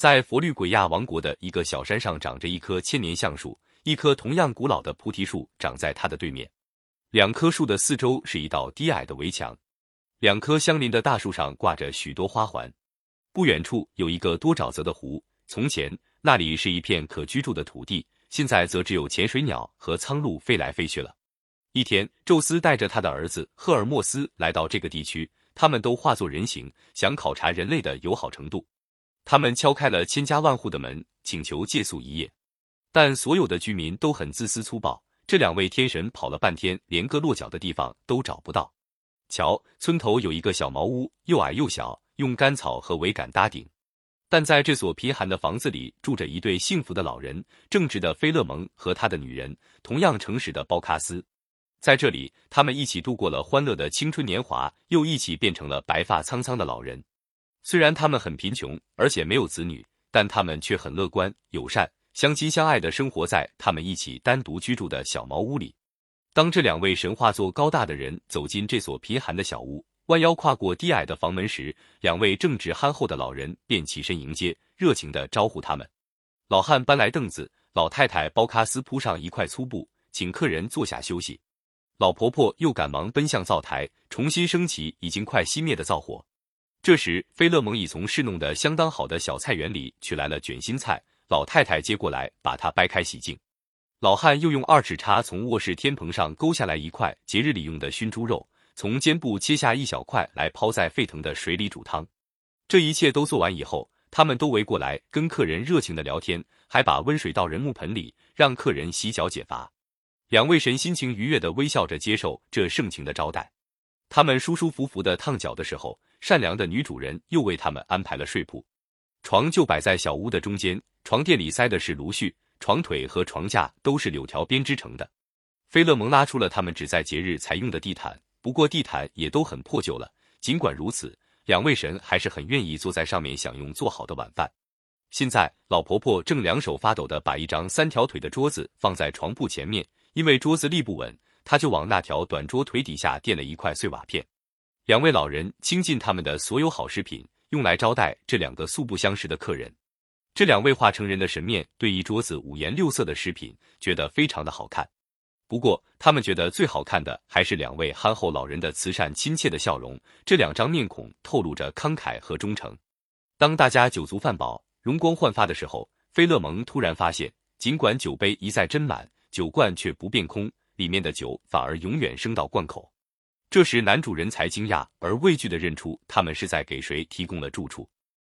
在佛律鬼亚王国的一个小山上，长着一棵千年橡树，一棵同样古老的菩提树长在它的对面。两棵树的四周是一道低矮的围墙，两棵相邻的大树上挂着许多花环。不远处有一个多沼泽的湖，从前那里是一片可居住的土地，现在则只有潜水鸟和苍鹭飞来飞去了。一天，宙斯带着他的儿子赫尔墨斯来到这个地区，他们都化作人形，想考察人类的友好程度。他们敲开了千家万户的门，请求借宿一夜。但所有的居民都很自私粗暴，这两位天神跑了半天，连个落脚的地方都找不到。瞧，村头有一个小茅屋，又矮又小，用干草和苇杆搭顶。但在这所贫寒的房子里住着一对幸福的老人，正直的菲勒蒙和他的女人，同样诚实的包卡斯。在这里，他们一起度过了欢乐的青春年华，又一起变成了白发苍苍的老人。虽然他们很贫穷，而且没有子女，但他们却很乐观、友善、相亲相爱地生活在他们一起单独居住的小茅屋里。当这两位神化作高大的人走进这所贫寒的小屋，弯腰跨过低矮的房门时，两位正直憨厚的老人便起身迎接，热情地招呼他们。老汉搬来凳子，老太太包卡斯铺上一块粗布，请客人坐下休息。老婆婆又赶忙奔向灶台，重新升起已经快熄灭的灶火。这时，菲勒蒙已从侍弄得相当好的小菜园里取来了卷心菜，老太太接过来，把它掰开洗净。老汉又用2尺叉从卧室天棚上勾下来一块节日里用的熏猪肉，从肩部切下一小块来抛在沸腾的水里煮汤。这一切都做完以后，他们都围过来跟客人热情的聊天，还把温水倒人木盆里，让客人洗脚解乏。两位神心情愉悦地微笑着接受这盛情的招待。他们舒舒服服地烫脚的时候，善良的女主人又为他们安排了睡铺。床就摆在小屋的中间，床垫里塞的是芦絮，床腿和床架都是柳条编织成的。菲勒蒙拉出了他们只在节日才用的地毯，不过地毯也都很破旧了。尽管如此，两位神还是很愿意坐在上面享用做好的晚饭。现在，老婆婆正两手发抖地把一张3条腿的桌子放在床铺前面，因为桌子立不稳，她就往那条短桌腿底下垫了一块碎瓦片。两位老人倾尽他们的所有好食品，用来招待这两个素不相识的客人。这两位化成人的神面对一桌子5颜6色的食品，觉得非常的好看。不过，他们觉得最好看的还是两位憨厚老人的慈善亲切的笑容，这两张面孔透露着慷慨和忠诚。当大家酒足饭饱，容光焕发的时候，菲勒蒙突然发现，尽管酒杯一再斟满，酒罐却不变空，里面的酒反而永远升到罐口。这时男主人才惊讶而畏惧地认出他们是在给谁提供了住处。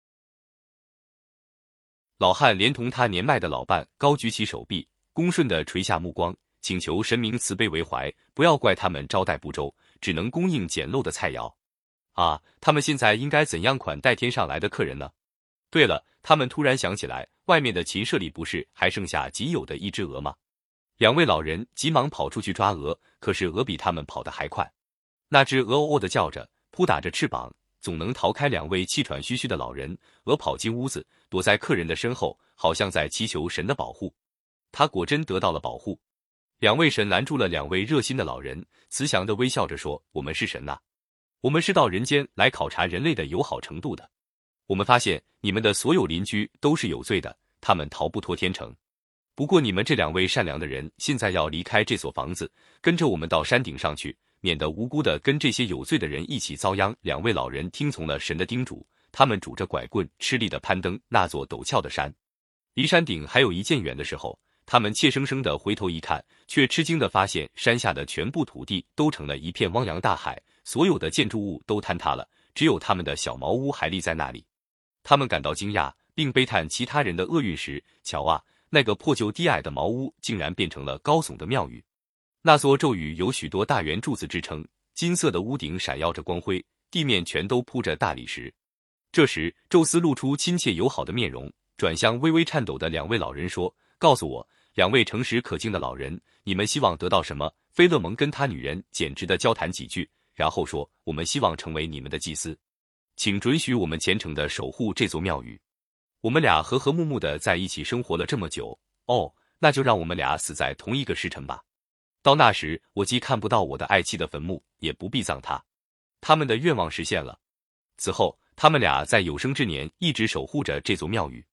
老汉连同他年迈的老伴高举起手臂，恭顺地垂下目光，请求神明慈悲为怀，不要怪他们招待不周，只能供应简陋的菜肴。啊，他们现在应该怎样款待天上来的客人呢？对了，他们突然想起来，外面的禽舍里不是还剩下仅有的一只鹅吗？两位老人急忙跑出去抓鹅，可是鹅比他们跑得还快。那只鹅喔喔地叫着，扑打着翅膀，总能逃开两位气喘吁吁的老人。鹅跑进屋子，躲在客人的身后，好像在祈求神的保护。他果真得到了保护。两位神拦住了两位热心的老人，慈祥地微笑着说：“我们是神呐，我们是到人间来考察人类的友好程度的。我们发现你们的所有邻居都是有罪的，他们逃不脱天惩。不过你们这两位善良的人现在要离开这所房子，跟着我们到山顶上去，免得无辜的跟这些有罪的人一起遭殃。”两位老人听从了神的叮嘱，他们拄着拐棍吃力地攀登那座陡峭的山。离山顶还有一箭远的时候，他们怯生生地回头一看，却吃惊地发现山下的全部土地都成了一片汪洋大海，所有的建筑物都坍塌了，只有他们的小茅屋还立在那里。他们感到惊讶，并悲叹其他人的厄运时，瞧啊，那个破旧低矮的茅屋竟然变成了高耸的庙宇。那座咒语有许多大圆柱子支撑，金色的屋顶闪耀着光辉，地面全都铺着大理石。这时，宙斯露出亲切友好的面容，转向微微颤抖的两位老人说：“告诉我，两位诚实可敬的老人，你们希望得到什么？”菲勒蒙跟他女人简直地交谈几句，然后说：“我们希望成为你们的祭司，请准许我们虔诚地守护这座庙宇。我们俩和和睦睦地在一起生活了这么久，哦，那就让我们俩死在同一个时辰吧。到那时，我既看不到我的爱妻的坟墓，也不必葬她。”他们的愿望实现了。此后，他们俩在有生之年一直守护着这座庙宇。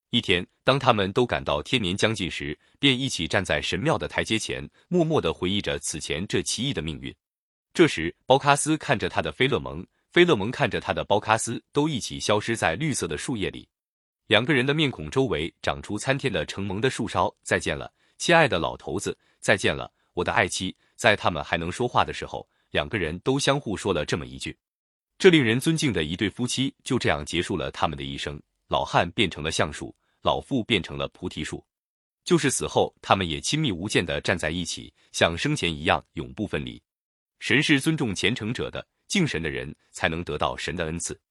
一天，当他们都赶到天年将近时，便一起站在神庙的台阶前，默默地回忆着此前这奇异的命运。这时，包卡斯看着他的菲勒蒙，菲勒蒙看着他的包卡斯，都一起消失在绿色的树叶里。两个人的面孔周围长出参天的橙萌的树梢。再见了，亲爱的老头子，再见了，我的爱妻。在他们还能说话的时候，两个人都相互说了这么一句。这令人尊敬的一对夫妻就这样结束了他们的一生。老汉变成了橡树，老妇变成了菩提树。就是死后，他们也亲密无间地站在一起，像生前一样永不分离。神是尊重虔诚者的，敬神的人才能得到神的恩赐。